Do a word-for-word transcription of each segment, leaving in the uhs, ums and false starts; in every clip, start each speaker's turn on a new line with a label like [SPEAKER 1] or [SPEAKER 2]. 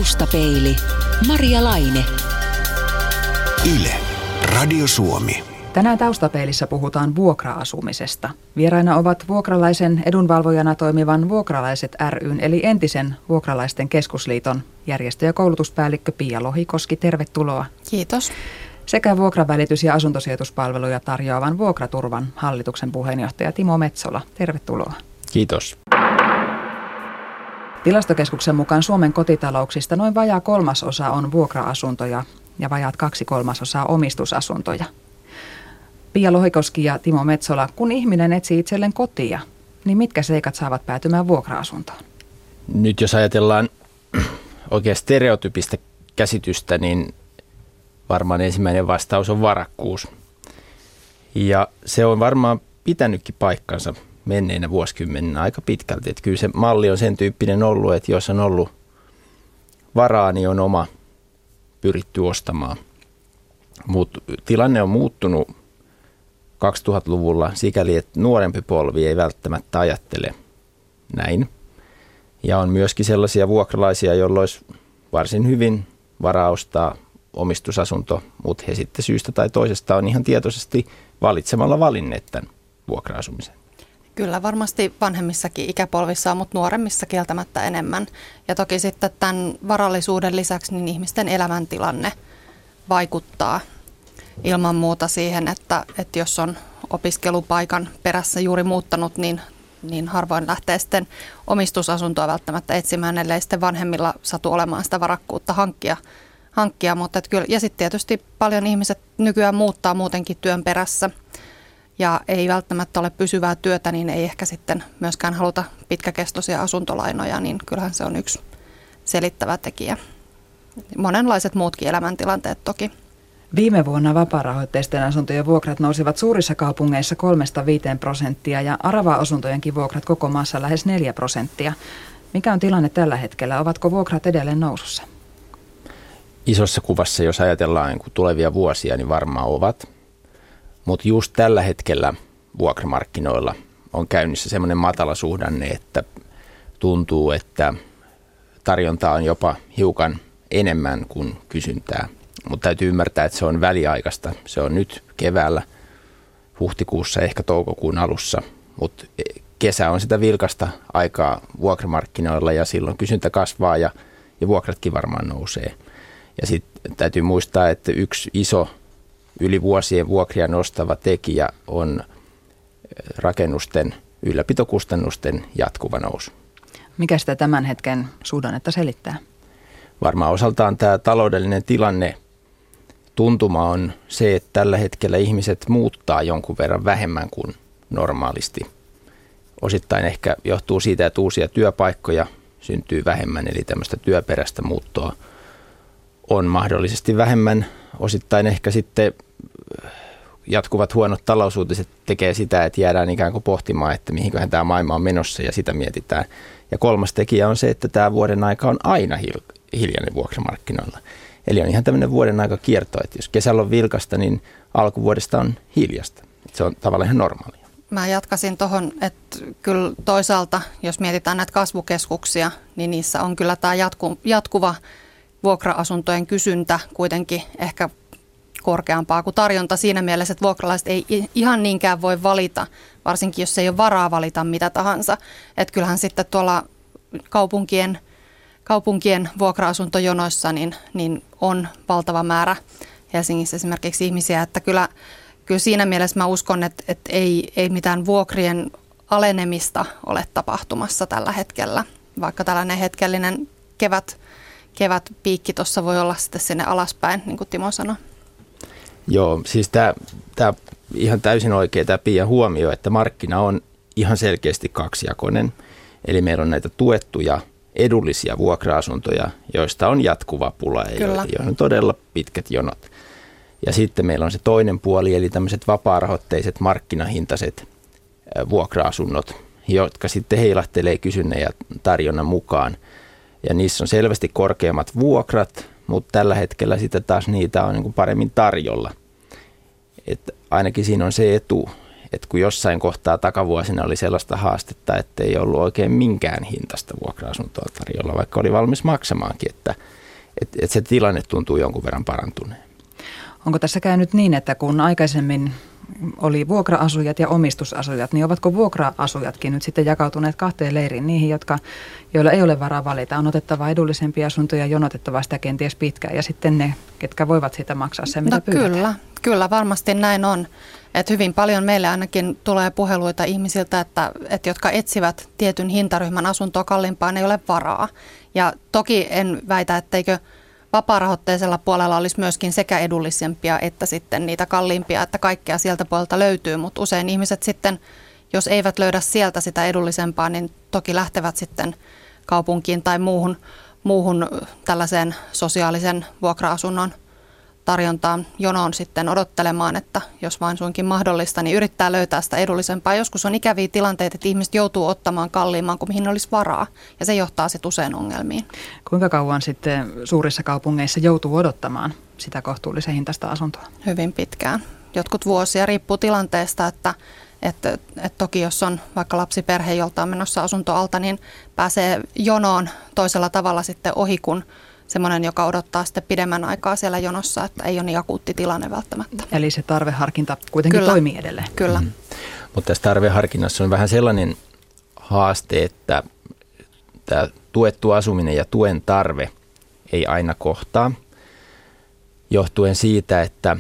[SPEAKER 1] Taustapeili. Maria Laine.
[SPEAKER 2] Yle. Radio Suomi.
[SPEAKER 3] Tänään Taustapeilissä puhutaan vuokra-asumisesta. Vieraina ovat vuokralaisen edunvalvojana toimivan Vuokralaiset ry:n eli entisen Vuokralaisten keskusliiton järjestö- ja koulutuspäällikkö Pia Lohikoski. Tervetuloa.
[SPEAKER 4] Kiitos.
[SPEAKER 3] Sekä vuokravälitys- ja asuntosijoituspalveluja tarjoavan Vuokraturvan hallituksen puheenjohtaja Timo Metsola. Tervetuloa.
[SPEAKER 5] Kiitos.
[SPEAKER 3] Tilastokeskuksen mukaan Suomen kotitalouksista noin vajaa kolmasosa on vuokra-asuntoja ja vajaat kaksi kolmasosaa omistusasuntoja. Pia Lohikoski ja Timo Metsola, kun ihminen etsii itselleen kotia, niin mitkä seikat saavat päätymään vuokra-asuntoon?
[SPEAKER 5] Nyt jos ajatellaan oikein stereotypistä käsitystä, niin varmaan ensimmäinen vastaus on varakkuus. Ja se on varmaan pitänytkin paikkansa menneinä vuosikymmeninä aika pitkälti. Että kyllä se malli on sen tyyppinen ollut, että jos on ollut varaa, niin on oma pyritty ostamaan. Mutta tilanne on muuttunut kaksituhattaluvulla sikäli, että nuorempi polvi ei välttämättä ajattele näin. Ja on myöskin sellaisia vuokralaisia, joilla olisi varsin hyvin varaa ostaa omistusasunto, mutta he sitten syystä tai toisesta on ihan tietoisesti valitsemalla valinneet tämän vuokra-asumisen.
[SPEAKER 4] Kyllä varmasti vanhemmissakin ikäpolvissa on, mutta nuoremmissa kieltämättä enemmän. Ja toki sitten tämän varallisuuden lisäksi niin ihmisten elämäntilanne vaikuttaa ilman muuta siihen, että, että jos on opiskelupaikan perässä juuri muuttanut, niin, niin harvoin lähtee sitten omistusasuntoa välttämättä etsimään, ellei sitten vanhemmilla satu olemaan sitä varakkuutta hankkia. hankkia. Mutta että kyllä, ja sitten tietysti paljon ihmiset nykyään muuttaa muutenkin työn perässä ja ei välttämättä ole pysyvää työtä, niin ei ehkä sitten myöskään haluta pitkäkestoisia asuntolainoja, niin kyllähän se on yksi selittävä tekijä. Monenlaiset muutkin elämäntilanteet toki.
[SPEAKER 3] Viime vuonna vapaarahoitteisten asuntojen vuokrat nousivat suurissa kaupungeissa kolmesta viiteen prosenttia ja arava-asuntojenkin vuokrat koko maassa lähes neljä prosenttia. Mikä on tilanne tällä hetkellä? Ovatko vuokrat edelleen nousussa?
[SPEAKER 5] Isossa kuvassa, jos ajatellaan tulevia vuosia, niin varmaan ovat. Mutta just tällä hetkellä vuokramarkkinoilla on käynnissä semmoinen matala suhdanne, että tuntuu, että tarjontaa on jopa hiukan enemmän kuin kysyntää. Mutta täytyy ymmärtää, että se on väliaikaista. Se on nyt keväällä, huhtikuussa, ehkä toukokuun alussa. Mutta kesä on sitä vilkasta aikaa vuokramarkkinoilla ja silloin kysyntä kasvaa ja, ja vuokratkin varmaan nousee. Ja sitten täytyy muistaa, että yksi iso yli vuosien vuokria nostava tekijä on rakennusten ylläpitokustannusten jatkuva nousu.
[SPEAKER 3] Mikä sitä tämän hetken suhdannetta selittää?
[SPEAKER 5] Varmaan osaltaan tämä taloudellinen tilanne tuntuma on se, että tällä hetkellä ihmiset muuttaa jonkun verran vähemmän kuin normaalisti. Osittain ehkä johtuu siitä, että uusia työpaikkoja syntyy vähemmän, eli tämmöistä työperäistä muuttoa on mahdollisesti vähemmän. Osittain ehkä sitten jatkuvat huonot talousuutiset tekee sitä, että jäädään ikään kuin pohtimaan, että mihinköhän tämä maailma on menossa ja sitä mietitään. Ja kolmas tekijä on se, että tämä vuoden aika on aina hiljainen vuokramarkkinoilla. Eli on ihan tämmöinen vuoden aika kierto, että jos kesällä on vilkasta, niin alkuvuodesta on hiljasta. Se on tavallaan ihan normaalia.
[SPEAKER 4] Mä jatkaisin tuohon, että kyllä toisaalta, jos mietitään näitä kasvukeskuksia, niin niissä on kyllä tämä jatku, jatkuva vuokra-asuntojen kysyntä kuitenkin ehkä korkeampaa kuin tarjonta siinä mielessä, että vuokralaiset ei ihan niinkään voi valita, varsinkin jos ei ole varaa valita mitä tahansa. Että kyllähän sitten tuolla kaupunkien, kaupunkien vuokra-asuntojonoissa niin, niin on valtava määrä Helsingissä esimerkiksi ihmisiä, että kyllä, kyllä siinä mielessä mä uskon, että, että ei, ei mitään vuokrien alenemista ole tapahtumassa tällä hetkellä, vaikka tällainen hetkellinen kevät kevätpiikki tuossa voi olla sitten sinne alaspäin, niin kuin Timo sanoi.
[SPEAKER 5] Joo, siis tämä, tämä ihan täysin oikea tämä Pian huomio, että markkina on ihan selkeästi kaksijakoinen. Eli meillä on näitä tuettuja edullisia vuokra-asuntoja, joista on jatkuva pula ja joihin on todella pitkät jonot. Ja sitten meillä on se toinen puoli, eli tämmöiset vapaarahoitteiset markkinahintaiset vuokra-asunnot, jotka sitten heilahtelee kysynnän ja tarjonnan mukaan. Ja niissä on selvästi korkeammat vuokrat, mutta tällä hetkellä sitten taas niitä on niin kuin paremmin tarjolla. Et ainakin siinä on se etu, että kun jossain kohtaa takavuosina oli sellaista haastetta, että ei ollut oikein minkään hintaista vuokra-asuntoa tarjolla, vaikka oli valmis maksamaankin, että, että, että se tilanne tuntuu jonkun verran parantuneen.
[SPEAKER 3] Onko tässä käynyt niin, että kun aikaisemmin oli vuokra-asujat ja omistusasujat, niin ovatko vuokra-asujatkin nyt sitten jakautuneet kahteen leiriin, niihin, jotka, joilla ei ole varaa valita, on otettava edullisempia asuntoja, jonotettava sitä kenties pitkään, ja sitten ne, ketkä voivat siitä maksaa sen, mitä
[SPEAKER 4] no,
[SPEAKER 3] pyydetään?
[SPEAKER 4] Kyllä, kyllä varmasti näin on. Et hyvin paljon meille ainakin tulee puheluita ihmisiltä, että, että jotka etsivät tietyn hintaryhmän asuntoa kalliimpaan, ei ole varaa. Ja toki en väitä, etteikö vapaarahoitteisella puolella olisi myöskin sekä edullisempia että sitten niitä kalliimpia, että kaikkea sieltä puolelta löytyy, mutta usein ihmiset sitten, jos eivät löydä sieltä sitä edullisempaa, niin toki lähtevät sitten kaupunkiin tai muuhun, muuhun tällaiseen sosiaalisen vuokra-asunnon tarjontaan jonoon sitten odottelemaan, että jos vain suinkin mahdollista, niin yrittää löytää sitä edullisempaa. Joskus on ikäviä tilanteita, että ihmiset joutuu ottamaan kalliimman kuin mihin olisi varaa, ja se johtaa sitten usein ongelmiin.
[SPEAKER 3] Kuinka kauan sitten suurissa kaupungeissa joutuu odottamaan sitä kohtuullisen hintaista asuntoa?
[SPEAKER 4] Hyvin pitkään. Jotkut vuosia, riippuu tilanteesta, että, että, että toki jos on vaikka lapsiperhe, jolta on menossa asunto alta, niin pääsee jonoon toisella tavalla sitten ohi kuin semmoinen, joka odottaa sitten pidemmän aikaa siellä jonossa, että ei ole niin akuutti tilanne välttämättä.
[SPEAKER 3] Eli se tarveharkinta kuitenkin
[SPEAKER 4] Kyllä.
[SPEAKER 3] toimii edelleen.
[SPEAKER 4] Kyllä.
[SPEAKER 5] Mm. Mutta tässä tarveharkinnassa on vähän sellainen haaste, että tämä tuettu asuminen ja tuen tarve ei aina kohtaa, johtuen siitä, että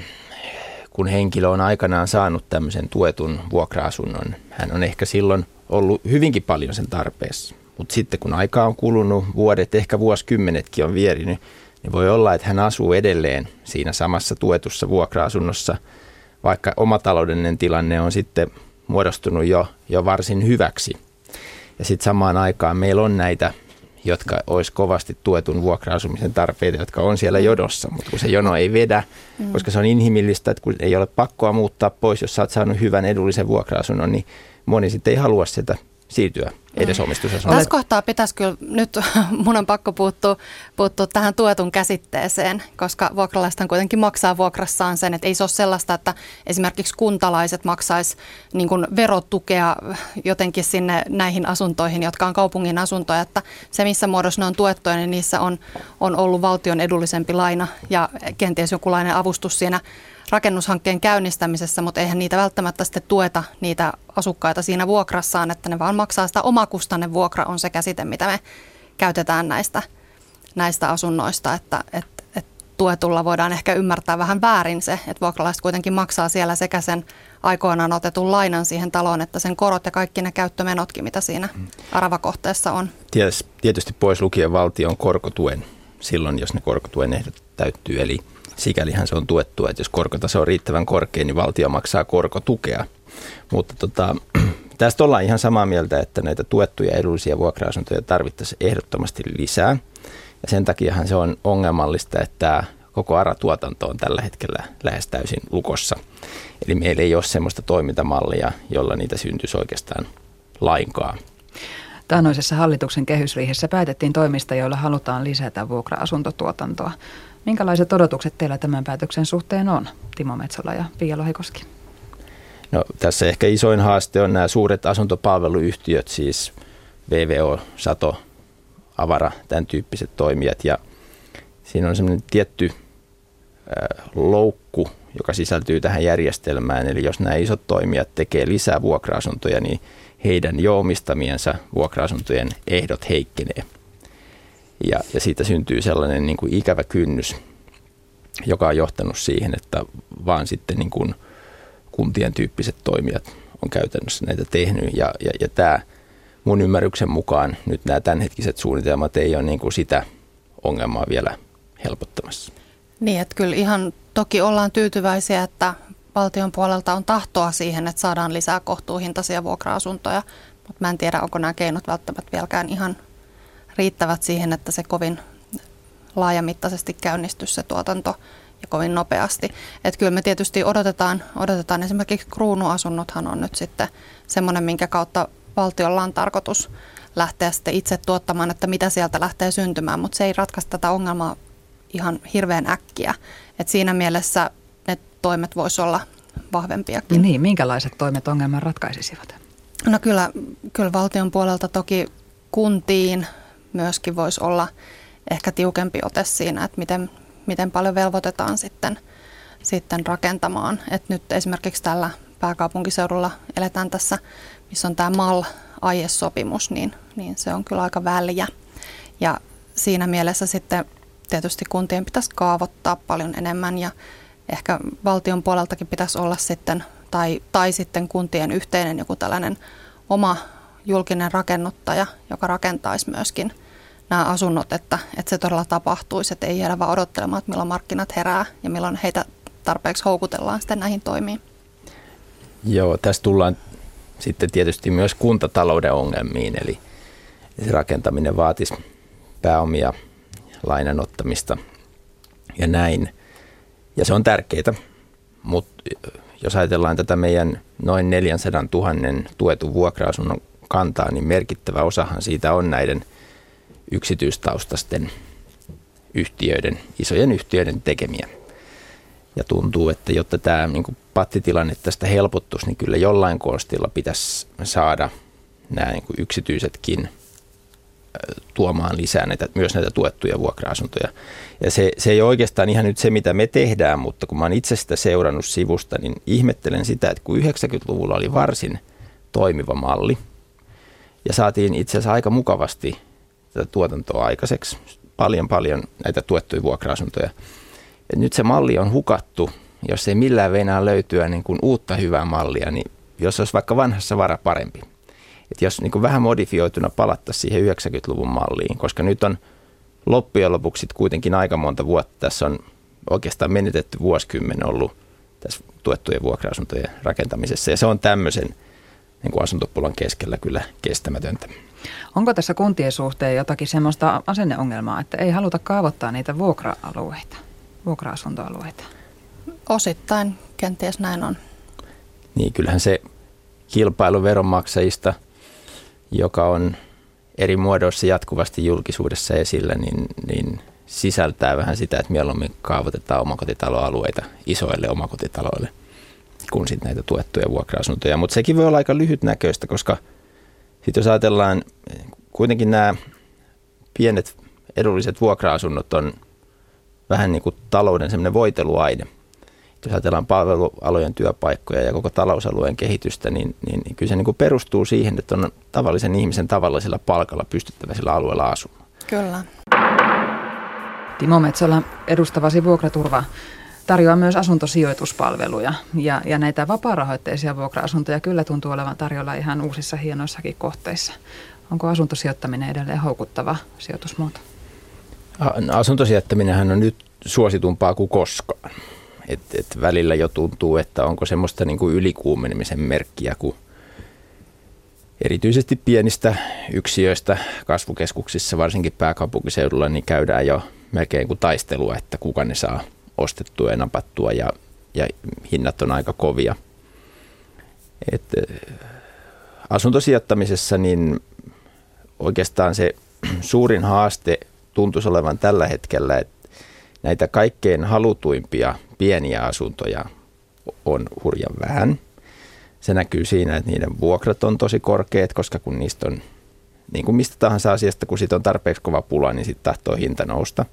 [SPEAKER 5] kun henkilö on aikanaan saanut tämmöisen tuetun vuokra-asunnon, hän on ehkä silloin ollut hyvinkin paljon sen tarpeessa. Mutta sitten kun aikaa on kulunut, vuodet, ehkä vuosikymmenetkin on vierinyt, niin voi olla, että hän asuu edelleen siinä samassa tuetussa vuokra-asunnossa, vaikka oma taloudellinen tilanne on sitten muodostunut jo, jo varsin hyväksi. Ja sitten samaan aikaan meillä on näitä, jotka olisi kovasti tuetun vuokra-asumisen tarpeita, jotka on siellä jonossa, mutta kun se jono ei vedä, mm. koska se on inhimillistä, että kun ei ole pakkoa muuttaa pois, jos sä oot saanut hyvän edullisen vuokra-asunnon, niin moni sitten ei halua sitä siirtyä edes omistusasuntoon.
[SPEAKER 4] Tässä kohtaa pitäisi kyllä, nyt mun on pakko puuttua, puuttua tähän tuetun käsitteeseen, koska vuokralaisethan kuitenkin maksaa vuokrassaan sen, että ei se ole sellaista, että esimerkiksi kuntalaiset maksaisi niin kuin verotukea jotenkin sinne näihin asuntoihin, jotka on kaupungin asuntoja, että se missä muodossa ne on tuettuja, niin niissä on, on ollut valtion edullisempi laina ja kenties jokinlainen avustus siinä rakennushankkeen käynnistämisessä, mutta eihän niitä välttämättä sitten tueta niitä asukkaita siinä vuokrassaan, että ne vaan maksaa sitä omakustannevuokra on se käsite, mitä me käytetään näistä, näistä asunnoista, että et, et tuetulla voidaan ehkä ymmärtää vähän väärin se, että vuokralaiset kuitenkin maksaa siellä sekä sen aikoinaan otetun lainan siihen taloon, että sen korot ja kaikki ne käyttömenotkin, mitä siinä aravakohteessa on.
[SPEAKER 5] Tietysti pois lukien valtion korkotuen silloin, jos ne korkotuen ehdot täyttyy, eli sikälihän se on tuettua, että jos korkotaso on riittävän korkea, niin valtio maksaa korkotukea. Mutta tota, tästä ollaan ihan samaa mieltä, että näitä tuettuja edullisia vuokra-asuntoja tarvittaisiin ehdottomasti lisää. Ja sen takiahan se on ongelmallista, että koko A R A-tuotanto on tällä hetkellä lähes täysin lukossa. Eli meillä ei ole sellaista toimintamallia, jolla niitä syntyisi oikeastaan lainkaan.
[SPEAKER 3] Taannoisessa hallituksen kehysriihessä päätettiin toimista, joilla halutaan lisätä vuokra-asuntotuotantoa. Minkälaiset odotukset teillä tämän päätöksen suhteen on, Timo Metsola ja Pia Lohikoski?
[SPEAKER 5] No, tässä ehkä isoin haaste on nämä suuret asuntopalveluyhtiöt, siis V V O, Sato, Avara, tämän tyyppiset toimijat. Ja siinä on semmoinen tietty äh, loukku, joka sisältyy tähän järjestelmään. Eli jos nämä isot toimijat tekee lisää vuokra-asuntoja, niin heidän jo omistamiensa vuokra-asuntojen ehdot heikkenee. Ja, ja siitä syntyy sellainen niin kuin ikävä kynnys, joka on johtanut siihen, että vaan sitten niin kuin kuntien tyyppiset toimijat on käytännössä näitä tehnyt. Ja, ja, ja tämä mun ymmärryksen mukaan nyt nämä tämänhetkiset suunnitelmat ei ole niin kuin sitä ongelmaa vielä helpottamassa.
[SPEAKER 4] Niin, että kyllä ihan toki ollaan tyytyväisiä, että valtion puolelta on tahtoa siihen, että saadaan lisää kohtuuhintaisia vuokra-asuntoja, mutta mä en tiedä, onko nämä keinot välttämättä vieläkään ihan riittävät siihen, että se kovin laajamittaisesti käynnistyisi se tuotanto ja kovin nopeasti. Että kyllä me tietysti odotetaan, odotetaan esimerkiksi kruunuasunnothan on nyt sitten semmoinen, minkä kautta valtiolla on tarkoitus lähteä sitten itse tuottamaan, että mitä sieltä lähtee syntymään, mutta se ei ratkaista tätä ongelmaa ihan hirveän äkkiä. Et siinä mielessä ne toimet voisi olla vahvempiakin.
[SPEAKER 3] Niin, minkälaiset toimet ongelman ratkaisisivat?
[SPEAKER 4] No kyllä, kyllä valtion puolelta toki kuntiin myöskin voisi olla ehkä tiukempi ote siinä, että miten, miten paljon velvoitetaan sitten, sitten rakentamaan. Et nyt esimerkiksi tällä pääkaupunkiseudulla eletään tässä, missä on tämä M A L-aiesopimus, niin, niin se on kyllä aika väljä. Ja siinä mielessä sitten tietysti kuntien pitäisi kaavoittaa paljon enemmän ja ehkä valtion puoleltakin pitäisi olla sitten, tai, tai sitten kuntien yhteinen joku tällainen oma julkinen rakennuttaja, joka rakentaisi myöskin nämä asunnot, että, että se todella tapahtuisi, että ei jäädä vaan odottelemaan, että milloin markkinat herää ja milloin heitä tarpeeksi houkutellaan sitten näihin toimiin.
[SPEAKER 5] Joo, tässä tullaan sitten tietysti myös kuntatalouden ongelmiin, eli se rakentaminen vaatisi pääomia, lainanottamista ja näin. Ja se on tärkeää, mutta jos ajatellaan tätä meidän noin neljäsataatuhatta tuetun vuokra-asunnon kantaa, niin merkittävä osahan siitä on näiden yksityistaustaisten yhtiöiden, isojen yhtiöiden tekemiä. Ja tuntuu, että jotta tämä niin kuin pattitilanne tästä helpottuisi, niin kyllä jollain konstilla pitäisi saada nämä niin kuin yksityisetkin tuomaan lisää näitä, myös näitä tuettuja vuokra-asuntoja. Ja se, se ei ole oikeastaan ihan nyt se, mitä me tehdään, mutta kun mä oon itse sitä seurannut sivusta, niin ihmettelen sitä, että kun yhdeksänkymmentäluvulla oli varsin toimiva malli ja saatiin itse asiassa aika mukavasti tätä tuotantoa aikaiseksi, paljon paljon näitä tuettuja vuokra-asuntoja. Ja nyt se malli on hukattu, jos ei millään veinaa löytyä niin kuin uutta hyvää mallia, niin jos olisi vaikka vanhassa vara parempi. Et jos niin kuin vähän modifioituna palattaisiin siihen yhdeksänkymmentäluvun malliin, koska nyt on loppujen lopuksi kuitenkin aika monta vuotta. Tässä on oikeastaan menetetty vuosikymmen ollut tässä tuettujen vuokra-asuntojen rakentamisessa ja se on tämmöisen niin kuin asuntopulan keskellä kyllä kestämätöntä.
[SPEAKER 3] Onko tässä kuntien suhteen jotakin semmoista asenneongelmaa, että ei haluta kaavoittaa niitä vuokra-alueita, vuokra-asuntoalueita?
[SPEAKER 4] Osittain kenties näin on.
[SPEAKER 5] Niin, kyllähän se kilpailu veronmaksajista, joka on eri muodoissa jatkuvasti julkisuudessa esillä, niin, niin sisältää vähän sitä, että mieluummin kaavoitetaan omakotitaloalueita isoille omakotitaloille kuin sitten näitä tuettuja vuokra-asuntoja. Mutta sekin voi olla aika lyhytnäköistä, koska sitten jos ajatellaan, kuitenkin nämä pienet edulliset vuokra-asunnot on vähän niin kuin talouden semmoinen voiteluaine. Jos ajatellaan palvelualojen työpaikkoja ja koko talousalueen kehitystä, niin, niin, niin kyllä se niin kuin perustuu siihen, että on tavallisen ihmisen tavallisella palkalla pystyttävä sillä alueella asumaan.
[SPEAKER 4] Kyllä.
[SPEAKER 3] Timo Metsola, edustavasi Vuokraturva tarjoaa myös asuntosijoituspalveluja ja, ja näitä vapaarahoitteisia vuokra-asuntoja kyllä tuntuu olevan tarjolla ihan uusissa hienoissakin kohteissa. Onko asuntosijoittaminen edelleen houkuttava sijoitusmuoto?
[SPEAKER 5] Asuntosijoittaminenhan on nyt suositumpaa kuin koskaan. Et, et välillä jo tuntuu, että onko semmoista niin kuin ylikuumenemisen merkkiä, kun erityisesti pienistä yksiöistä kasvukeskuksissa, varsinkin pääkaupunkiseudulla, niin käydään jo melkein kuin taistelua, että kuka ne saa ostettua ja napattua ja, ja hinnat on aika kovia. Et, asuntosijoittamisessa niin oikeastaan se suurin haaste tuntuisi olevan tällä hetkellä, että näitä kaikkein halutuimpia pieniä asuntoja on hurjan vähän. Se näkyy siinä, että niiden vuokrat on tosi korkeat, koska kun niistä on, niin kuin mistä tahansa asiasta, kun siitä on tarpeeksi kova pula, niin sitten tahtoo hinta nousta.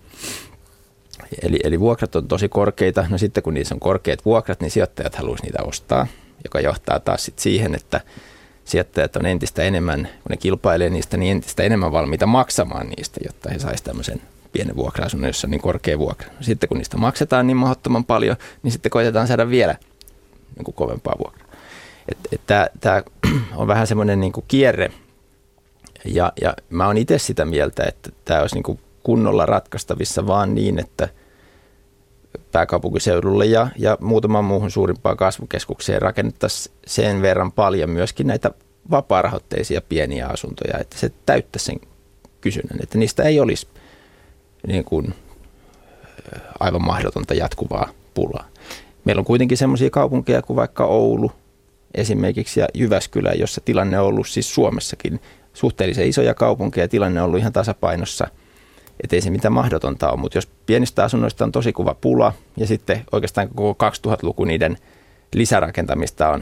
[SPEAKER 5] Eli, eli vuokrat on tosi korkeita. No sitten kun niissä on korkeat vuokrat, niin sijoittajat haluaisi niitä ostaa, joka johtaa taas sit siihen, että sijoittajat on entistä enemmän, kun ne kilpailee niistä, niin entistä enemmän valmiita maksamaan niistä, jotta he saisivat tämmöisen pienen vuokra-asunnon, jossa on niin korkea vuokra. Sitten kun niistä maksetaan niin mahdottoman paljon, niin sitten koitetaan saada vielä niin kuin kovempaa vuokraa. Tämä on vähän semmoinen niin kuin kierre, ja, ja mä oon itse sitä mieltä, että tämä olisi niin kuin kunnolla ratkaistavissa vaan niin, että pääkaupunkiseudulle ja, ja muutaman muuhun suurimpaan kasvukeskukseen rakennettaisiin sen verran paljon myöskin näitä vapaarahoitteisia pieniä asuntoja, että se täyttäisi sen kysynnän, että niistä ei olisi niin kuin aivan mahdotonta jatkuvaa pulaa. Meillä on kuitenkin semmoisia kaupunkeja kuin vaikka Oulu esimerkiksi ja Jyväskylä, jossa tilanne on ollut siis Suomessakin suhteellisen isoja kaupunkeja ja tilanne on ollut ihan tasapainossa, ettei se mitään mahdotonta ole, mutta jos pienistä asunnoista on tosi kova pula ja sitten oikeastaan koko kaksituhattaluku niiden lisärakentamista on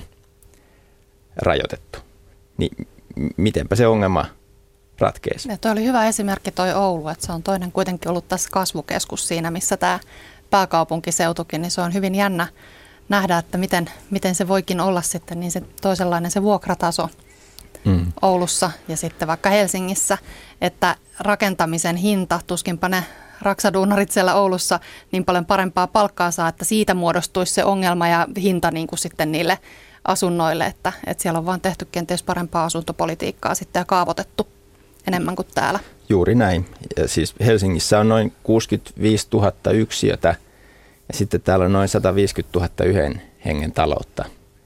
[SPEAKER 5] rajoitettu. Niin mitenpä se ongelma ratkeisi?
[SPEAKER 4] Ja toi oli hyvä esimerkki toi Oulu, että se on toinen kuitenkin ollut tässä kasvukeskus siinä, missä tämä pääkaupunkiseutukin, niin se on hyvin jännä nähdä, että miten, miten se voikin olla sitten niin se toisenlainen se vuokrataso mm. Oulussa ja sitten vaikka Helsingissä, että rakentamisen hinta, tuskinpa ne raksaduunarit siellä Oulussa niin paljon parempaa palkkaa saa, että siitä muodostuisi se ongelma ja hinta niin kuin sitten niille asunnoille, että, että siellä on vaan tehty kenties parempaa asuntopolitiikkaa sitten ja kaavoitettu enemmän kuin täällä.
[SPEAKER 5] Juuri näin. Ja siis Helsingissä on noin kuusikymmentäviisituhatta yksiötä ja sitten täällä on noin sata viisikymmentätuhatta yhden hengen taloutta.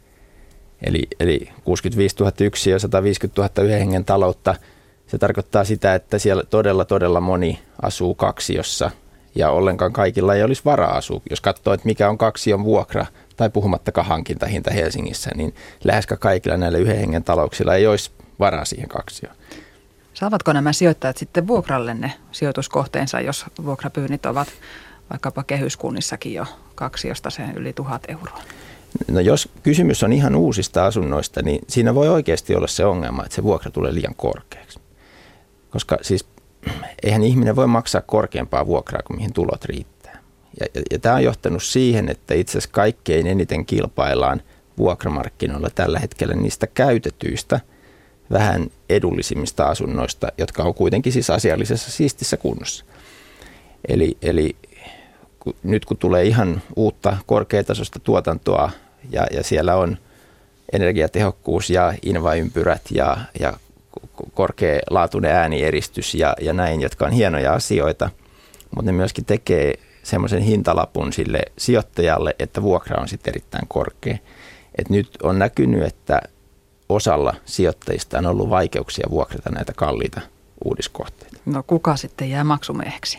[SPEAKER 5] Eli, eli kuusikymmentäviisituhatta yksiöä, sata viisikymmentätuhatta yhden hengen taloutta. Se tarkoittaa sitä, että siellä todella, todella moni asuu kaksiossa ja ollenkaan kaikilla ei olisi varaa asua. Jos katsoo, että mikä on kaksion vuokra tai puhumattakaan hankintahinta Helsingissä, niin lähes kaikilla näillä yhden hengen talouksilla ei olisi varaa siihen kaksioon.
[SPEAKER 3] Saavatko nämä sijoittajat sitten vuokralle ne sijoituskohteensa, jos vuokrapyynnit ovat vaikkapa kehyskunnissakin jo kaksiosta sen yli tuhat euroa?
[SPEAKER 5] No jos kysymys on ihan uusista asunnoista, niin siinä voi oikeasti olla se ongelma, että se vuokra tulee liian korkeaksi. Koska siis eihän ihminen voi maksaa korkeampaa vuokraa kuin mihin tulot riittää. Ja, ja, ja tämä on johtanut siihen, että itse asiassa kaikkein eniten kilpaillaan vuokramarkkinoilla tällä hetkellä niistä käytetyistä, vähän edullisimmista asunnoista, jotka on kuitenkin siis asiallisessa siistissä kunnossa. Eli, eli kun, nyt kun tulee ihan uutta korkeatasoista tuotantoa ja, ja siellä on energiatehokkuus ja invaympyrät ja, ja korkealaatuinen äänieristys ja, ja näin, jotka on hienoja asioita, mutta ne myöskin tekee semmoisen hintalapun sille sijoittajalle, että vuokra on sitten erittäin korkea. Et nyt on näkynyt, että osalla sijoittajista on ollut vaikeuksia vuokrata näitä kalliita uudiskohteita.
[SPEAKER 3] No kuka sitten jää maksumieheksi?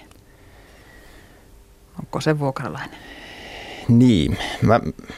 [SPEAKER 3] Onko se vuokralainen?
[SPEAKER 5] Niin. Mä...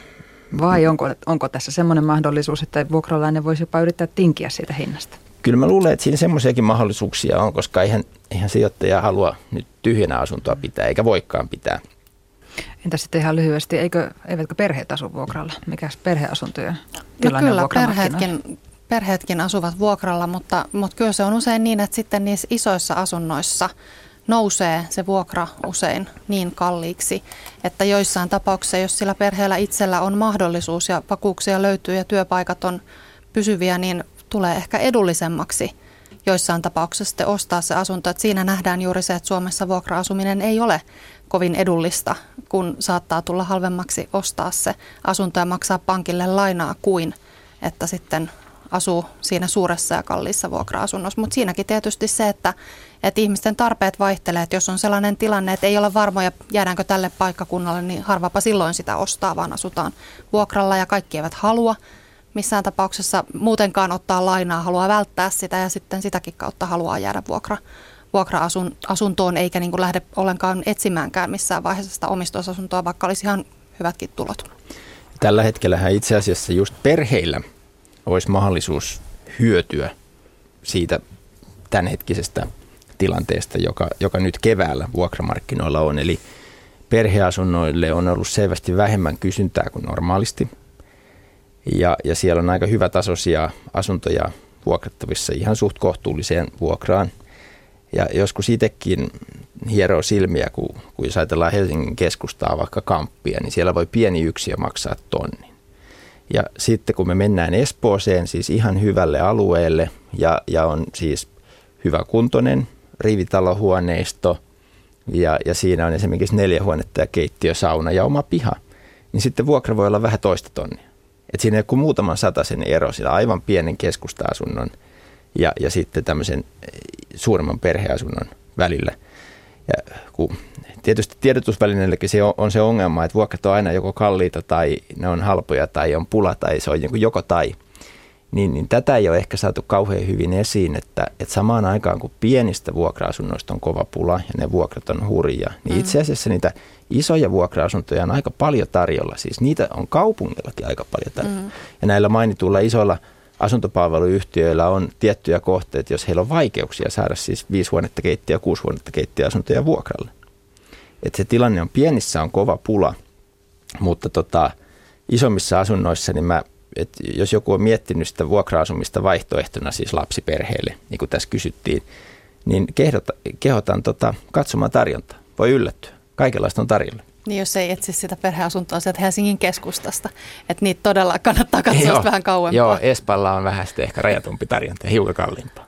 [SPEAKER 3] Vai onko, onko tässä semmoinen mahdollisuus, että vuokralainen voisi jopa yrittää tinkiä siitä hinnasta?
[SPEAKER 5] Kyllä mä luulen, että siinä semmoisiakin mahdollisuuksia on, koska eihän, eihän sijoittaja halua nyt tyhjänä asuntoa pitää, eikä voikaan pitää.
[SPEAKER 3] Entä sitten ihan lyhyesti, eikö, eivätkö perheet asu vuokralla? Mikäs perheasuntojen tilanne
[SPEAKER 4] no kyllä,
[SPEAKER 3] vuokramarkkinoilla?
[SPEAKER 4] perheetkin, perheetkin asuvat vuokralla, mutta, mutta kyllä se on usein niin, että sitten niissä isoissa asunnoissa nousee se vuokra usein niin kalliiksi, että joissain tapauksissa, jos sillä perheellä itsellä on mahdollisuus ja vakuuksia löytyy ja työpaikat on pysyviä, niin tulee ehkä edullisemmaksi joissain tapauksissa sitten ostaa se asunto. Että siinä nähdään juuri se, että Suomessa vuokra-asuminen ei ole kovin edullista, kun saattaa tulla halvemmaksi ostaa se asunto ja maksaa pankille lainaa kuin, että sitten asuu siinä suuressa ja kalliissa vuokra-asunnossa. Mutta siinäkin tietysti se, että, että ihmisten tarpeet vaihtelee. Että jos on sellainen tilanne, että ei ole varmoja, jäädäänkö tälle paikkakunnalle, niin harvapa silloin sitä ostaa, vaan asutaan vuokralla ja kaikki eivät halua missään tapauksessa muutenkaan ottaa lainaa, haluaa välttää sitä ja sitten sitäkin kautta haluaa jäädä vuokra, vuokra-asuntoon eikä niin kuin lähde ollenkaan etsimäänkään missään vaiheessa sitä omistusasuntoa, vaikka olisi ihan hyvätkin tulot.
[SPEAKER 5] Tällä hetkellähän itse asiassa just perheillä olisi mahdollisuus hyötyä siitä tämänhetkisestä tilanteesta, joka, joka nyt keväällä vuokramarkkinoilla on. Eli perheasunnoille on ollut selvästi vähemmän kysyntää kuin normaalisti. Ja, ja siellä on aika hyvätasoisia asuntoja vuokrattavissa ihan suht kohtuulliseen vuokraan. Ja joskus itsekin hieroo silmiä, kun, kun jos ajatellaan Helsingin keskustaa, vaikka Kamppia, niin siellä voi pieni yksiö maksaa tonnin. Ja sitten kun me mennään Espooseen, siis ihan hyvälle alueelle ja, ja on siis hyväkuntoinen rivitalohuoneisto ja, ja siinä on esimerkiksi neljä huonetta ja keittiö, sauna ja oma piha, niin sitten vuokra voi olla vähän toista tonnia. Et siinä ei ole kuin muutaman sataisen ero sillä aivan pienen keskusta-asunnon ja, ja sitten tämmöisen suuremman perheasunnon välillä. Ja kun tietysti tiedotusvälineilläkin se on, on se ongelma, että vuokrat on aina joko kalliita tai ne on halpoja tai on pula tai se on joko tai. Niin, niin tätä ei ole ehkä saatu kauhean hyvin esiin, että, että samaan aikaan kun pienistä vuokra-asunnoista on kova pula ja ne vuokrat on hurjia, niin itse asiassa niitä isoja vuokra-asuntoja on aika paljon tarjolla. Siis niitä on kaupungillakin aika paljon tarjolla. Mm. Ja näillä mainituilla isoilla asuntopalveluyhtiöillä on tiettyjä kohteita, jos heillä on vaikeuksia saada siis viisi huonetta keittiö ja kuusi huonetta keittiö asuntoja vuokralle. Että se tilanne on pienissä, on kova pula, mutta tota, isommissa asunnoissa, niin mä, et jos joku on miettinyt sitä vuokra-asumista vaihtoehtona siis lapsiperheelle, niin kuin tässä kysyttiin, niin kehdota, kehotan tota, katsomaan tarjontaa. Voi yllättyä. Kaikenlaista on tarjolla.
[SPEAKER 4] Niin jos ei etsi sitä perheasuntoa sieltä Helsingin keskustasta, että niitä todella kannattaa katsoa joo, vähän kauempaa.
[SPEAKER 5] Joo, Espalla on vähän sitten ehkä rajatumpi tarjonta ja hiukan kalliimpaa.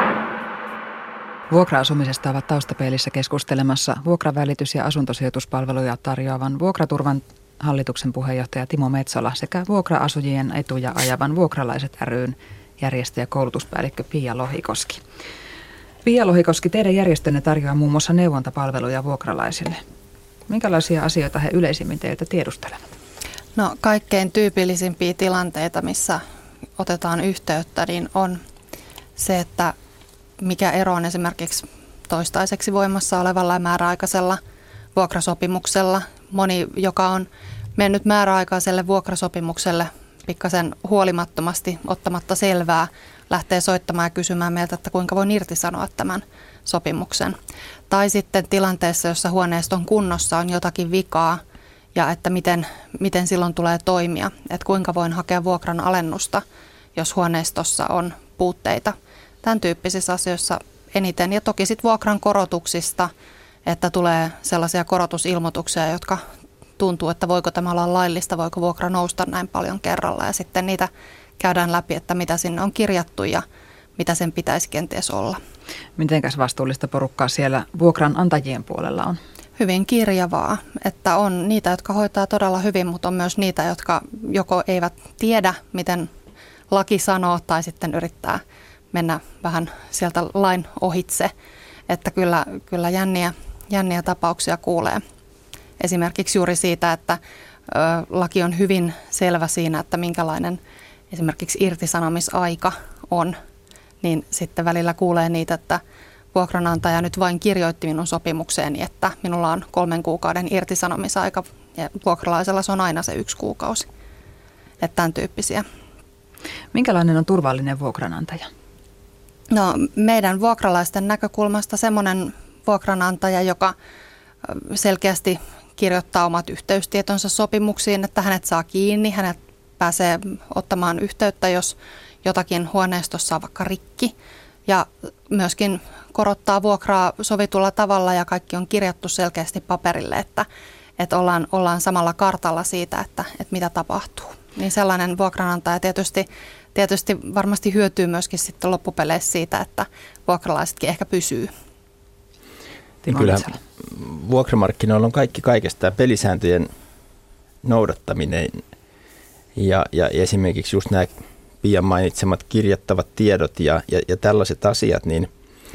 [SPEAKER 3] Vuokra-asumisesta ovat taustapeilissä keskustelemassa vuokravälitys- ja asuntosijoituspalveluja tarjoavan Vuokraturvan hallituksen puheenjohtaja Timo Metsola sekä vuokra-asujien etuja ajavan Vuokralaiset ry:n järjestö- ja koulutuspäällikkö Pia Lohikoski. Pia Lohikoski, teidän järjestönne tarjoaa muun muassa neuvontapalveluja vuokralaisille. Minkälaisia asioita he yleisimmin teiltä tiedustelevat?
[SPEAKER 4] No kaikkein tyypillisimpiä tilanteita, missä otetaan yhteyttä, niin on se, että mikä ero on esimerkiksi toistaiseksi voimassa olevalla ja määräaikaisella vuokrasopimuksella. Moni, joka on mennyt määräaikaiselle vuokrasopimukselle pikkasen huolimattomasti ottamatta selvää, lähtee soittamaan ja kysymään meiltä, että kuinka voin irtisanoa tämän sopimuksen. Tai sitten tilanteessa, jossa huoneiston kunnossa on jotakin vikaa ja että miten, miten silloin tulee toimia. Että kuinka voin hakea vuokran alennusta, jos huoneistossa on puutteita. Tämän tyyppisissä asioissa eniten. Ja toki sitten vuokran korotuksista, että tulee sellaisia korotusilmoituksia, jotka tuntuu, että voiko tämä olla laillista, voiko vuokra nousta näin paljon kerralla. Ja sitten niitä käydään läpi, että mitä sinne on kirjattu ja mitä sen pitäisi kenties olla.
[SPEAKER 3] Mitenkäs vastuullista porukkaa siellä vuokranantajien puolella on?
[SPEAKER 4] Hyvin kirjavaa, että on niitä, jotka hoitaa todella hyvin, mutta on myös niitä, jotka joko eivät tiedä, miten laki sanoo, tai sitten yrittää mennä vähän sieltä lain ohitse. Että kyllä, kyllä jänniä, jänniä tapauksia kuulee. Esimerkiksi juuri siitä, että ö, laki on hyvin selvä siinä, että minkälainen esimerkiksi irtisanomisaika on, niin sitten välillä kuulee niitä, että vuokranantaja nyt vain kirjoitti minun sopimukseeni, että minulla on kolmen kuukauden irtisanomisaika ja vuokralaisella se on aina se yksi kuukausi. Että tämän tyyppisiä.
[SPEAKER 3] Minkälainen on turvallinen vuokranantaja?
[SPEAKER 4] No meidän vuokralaisten näkökulmasta semmoinen vuokranantaja, joka selkeästi kirjoittaa omat yhteystietonsa sopimuksiin, että hänet saa kiinni, hänet pääsee ottamaan yhteyttä, jos jotakin huoneistossa on vaikka rikki ja myöskin korottaa vuokraa sovitulla tavalla ja kaikki on kirjattu selkeästi paperille, että, että ollaan, ollaan samalla kartalla siitä, että, että mitä tapahtuu. Niin sellainen vuokranantaja tietysti, tietysti varmasti hyötyy myöskin sitten loppupeleissä siitä, että vuokralaisetkin ehkä pysyy.
[SPEAKER 5] Kyllä vuokramarkkinoilla on kaikki kaikesta pelisääntöjen noudattaminen ja, ja esimerkiksi just nämä Pian mainitsemat kirjattavat tiedot ja, ja, ja tällaiset asiat, niin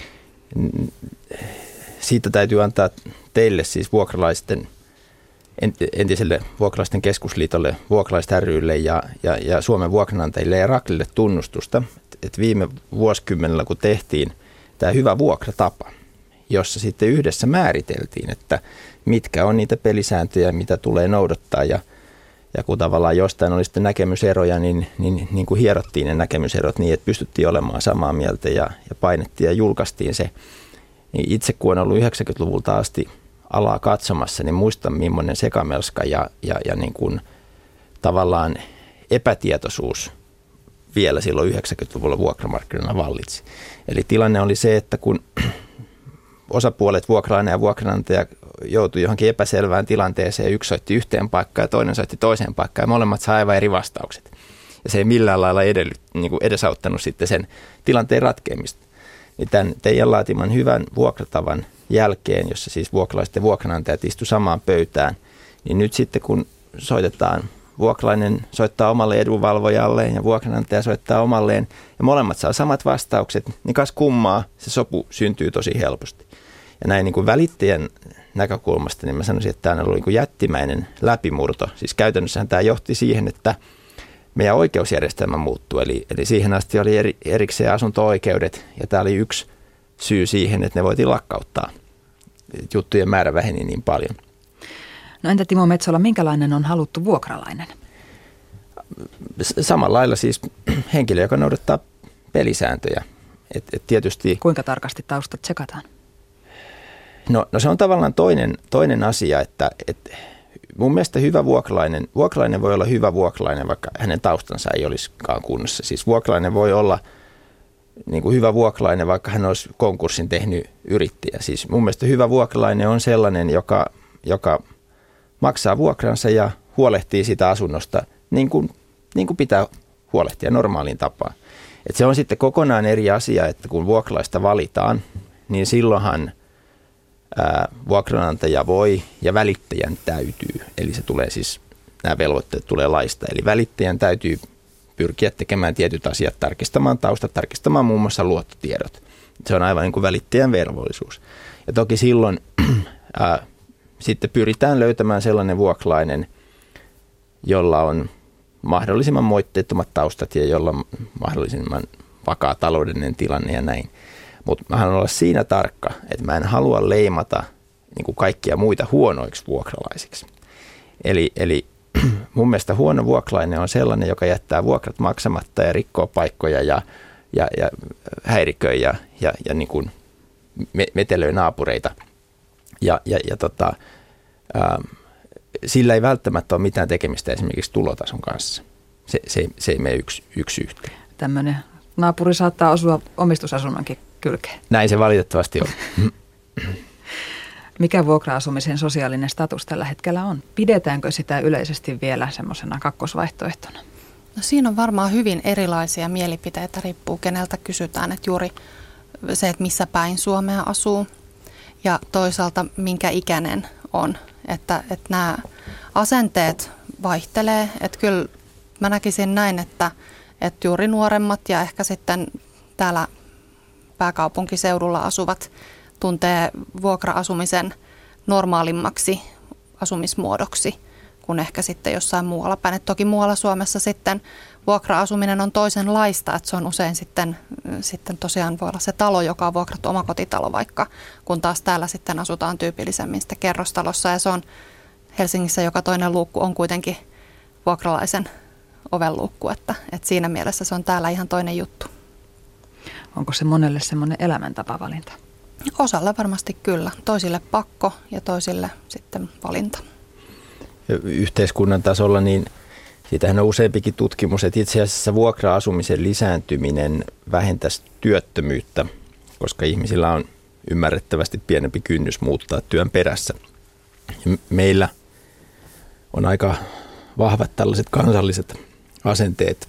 [SPEAKER 5] siitä täytyy antaa teille siis vuokralaisten, entiselle vuokralaisten keskusliitolle, vuokralaiset ry:lle ja, ja, ja Suomen vuokranantajille ja Raklille tunnustusta, että viime vuosikymmenellä kun tehtiin tämä hyvä vuokratapa, jossa sitten yhdessä määriteltiin, että mitkä on niitä pelisääntöjä, mitä tulee noudattaa ja Ja kun tavallaan jostain oli sitten näkemyseroja, niin, niin, niin kuin hierottiin ne näkemyserot niin, että pystyttiin olemaan samaa mieltä ja, ja painettiin ja julkaistiin se. Niin itse kun olen ollut yhdeksänkymmentäluvulta asti alaa katsomassa, niin muistan millainen sekamelska ja, ja, ja niin kuin tavallaan epätietoisuus vielä silloin yhdeksänkymmentäluvulla vuokramarkkinoilla vallitsi. Eli tilanne oli se, että kun osapuolet, vuokralainen ja vuokranantaja, joutui johonkin epäselvään tilanteeseen. Yksi soitti yhteen paikkaan ja toinen soitti toiseen paikkaan ja molemmat sai aivan eri vastaukset. Ja se ei millään lailla edellyt, niin kuin edesauttanut sitten sen tilanteen ratkeamista. Niin tämän teidän laatiman hyvän vuokratavan jälkeen, jossa siis vuokralaiset ja vuokranantajat istu samaan pöytään, niin nyt sitten kun soitetaan, vuokralainen soittaa omalle edunvalvojalleen ja vuokranantaja soittaa omalleen ja molemmat saa samat vastaukset, niin kas kummaa se sopu syntyy tosi helposti. Ja näin niin kuin välittäjän näkökulmasta, niin mä sanoisin, että tämä on ollut niin kuin jättimäinen läpimurto. Siis käytännössähän tämä johti siihen, että meidän oikeusjärjestelmä muuttui. Eli, eli siihen asti oli eri, erikseen asunto-oikeudet ja tämä oli yksi syy siihen, että ne voitiin lakkauttaa. Juttujen määrä väheni niin paljon.
[SPEAKER 3] No entä Timo Metsola, minkälainen on haluttu vuokralainen?
[SPEAKER 5] Samalla lailla siis henkilö, joka noudattaa pelisääntöjä. Et, et tietysti,
[SPEAKER 3] kuinka tarkasti taustat tsekataan?
[SPEAKER 5] No, no se on tavallaan toinen, toinen asia, että, että mun mielestä hyvä vuokralainen, vuokralainen voi olla hyvä vuokralainen, vaikka hänen taustansa ei olisikaan kunnossa. Siis vuokralainen voi olla niin kuin hyvä vuokralainen, vaikka hän olisi konkurssin tehnyt yrittäjä. Siis mun mielestä hyvä vuokralainen on sellainen, joka, joka maksaa vuokransa ja huolehtii sitä asunnosta niin kuin, niin kuin pitää huolehtia normaalin tapaan. Et se on sitten kokonaan eri asia, että kun vuokralaista valitaan, niin silloinhan ää, vuokranantaja voi ja välittäjän täytyy, eli se tulee siis, nämä velvoitteet tulee laista, eli välittäjän täytyy pyrkiä tekemään tietyt asiat, tarkistamaan taustat, tarkistamaan muun muassa luottotiedot. Se on aivan niin kuin välittäjän velvollisuus. Ja toki silloin ää, sitten pyritään löytämään sellainen vuokralainen, jolla on mahdollisimman moitteettomat taustat ja jolla on mahdollisimman vakaa taloudellinen tilanne ja näin. Mutta mä haluan olla siinä tarkka, että mä en halua leimata niin kuin kaikkia muita huonoiksi vuokralaisiksi. Eli, eli mun mielestä huono vuokralainen on sellainen, joka jättää vuokrat maksamatta ja rikkoo paikkoja ja, ja, ja häiriköi ja, ja, ja niin kuin metelöi naapureita. Ja, ja, ja tota, ää, sillä ei välttämättä ole mitään tekemistä esimerkiksi tulotason kanssa. Se, se, se ei mene yksi, yksi yhteen.
[SPEAKER 3] Tämmöinen naapuri saattaa osua omistusasunnonkin kylkeen.
[SPEAKER 5] Näin se valitettavasti on.
[SPEAKER 3] Mikä vuokra-asumisen sosiaalinen status tällä hetkellä on? Pidetäänkö sitä yleisesti vielä semmoisena kakkosvaihtoehtona?
[SPEAKER 4] No siinä on varmaan hyvin erilaisia mielipiteitä, riippuu keneltä kysytään, että juuri se, että missä päin Suomea asuu ja toisaalta minkä ikäinen on, että, että nämä asenteet vaihtelee, että kyllä mä näkisin näin, että, että juuri nuoremmat ja ehkä sitten täällä pääkaupunkiseudulla asuvat tuntee vuokra-asumisen normaalimmaksi asumismuodoksi kuin ehkä sitten jossain muualla päin. Et toki muualla Suomessa sitten vuokra-asuminen on toisenlaista, että se on usein sitten, sitten tosiaan voi olla se talo, joka on vuokrattu omakotitalo vaikka, kun taas täällä sitten asutaan tyypillisemmin sitten kerrostalossa ja se on Helsingissä joka toinen luukku on kuitenkin vuokralaisen ovenluukku, että, että siinä mielessä se on täällä ihan toinen juttu.
[SPEAKER 3] Onko se monelle semmoinen elämäntapavalinta?
[SPEAKER 4] Osalla varmasti kyllä. Toisille pakko ja toisille sitten valinta.
[SPEAKER 5] Ja yhteiskunnan tasolla niin siitähän on useampikin tutkimus, että itse asiassa vuokra-asumisen lisääntyminen vähentäisi työttömyyttä, koska ihmisillä on ymmärrettävästi pienempi kynnys muuttaa työn perässä. Ja meillä on aika vahvat tällaiset kansalliset asenteet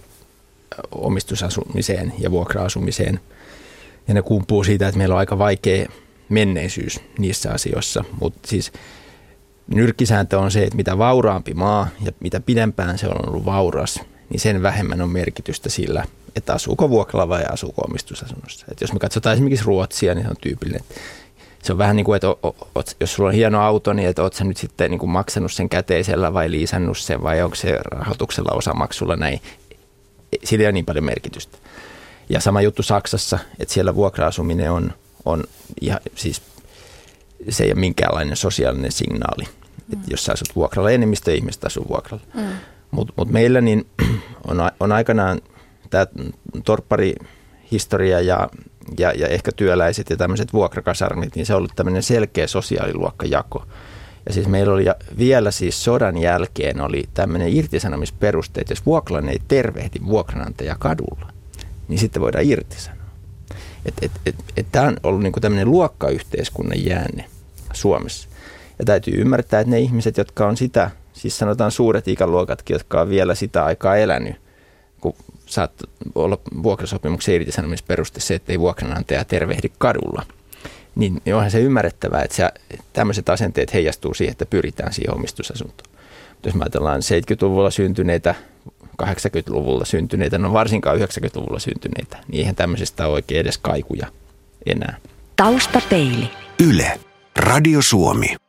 [SPEAKER 5] omistusasumiseen ja vuokra-asumiseen. Ja ne kumpuu siitä, että meillä on aika vaikea menneisyys niissä asioissa. Mutta siis nyrkkisääntö on se, että mitä vauraampi maa ja mitä pidempään se on ollut vauras, niin sen vähemmän on merkitystä sillä, että asuuko vuokralla vai asuuko omistusasunnossa. Et jos me katsotaan esimerkiksi Ruotsia, niin se on tyypillinen. Se on vähän niin kuin, että o, o, jos sulla on hieno auto, niin että oot sä nyt sitten niin kuin maksanut sen käteisellä vai liisannut sen vai onko se rahoituksella osamaksulla näin. Sillä ei ole niin paljon merkitystä. Ja sama juttu Saksassa, että siellä vuokra-asuminen on, on ihan, siis se ei ole minkäänlainen sosiaalinen signaali. Mm. Että jos sä asut vuokralla, enemmistö ihmistä asuu vuokralla. Mm. Mutta mut meillä niin on, on aikanaan tämä torpparihistoria ja, ja, ja ehkä työläiset ja tämmöiset vuokrakasarmit, niin se on ollut tämmöinen selkeä sosiaaliluokkajako. Ja siis meillä oli vielä siis sodan jälkeen oli tämmöinen irtisanomisperuste, että jos vuokralainen ei tervehdi vuokranantaja kadulla, niin sitten voidaan irtisanoa. Että et, et, et tämä on ollut niinku tämmöinen luokkayhteiskunnan jäänne Suomessa. Ja täytyy ymmärtää, että ne ihmiset, jotka on sitä, siis sanotaan suuret ikäluokatkin, jotka on vielä sitä aikaa elänyt, kun saat olla vuokrasopimuksen irtisanomisperuste se, että ei vuokranantaja tervehdi kadulla, niin onhan se ymmärrettävää, että se, tämmöiset asenteet heijastuu siihen, että pyritään siihen omistusasuntoon. Mutta jos me ajatellaan seitsemänkymmentäluvulla syntyneitä, kahdeksankymmentäluvulla syntyneitä, no varsinkaan yhdeksänkymmentäluvulla syntyneitä, niin eihän tämmöisestä ole oikein edes kaikuja enää.
[SPEAKER 1] Taustapeili.
[SPEAKER 2] Yle. Radio Suomi.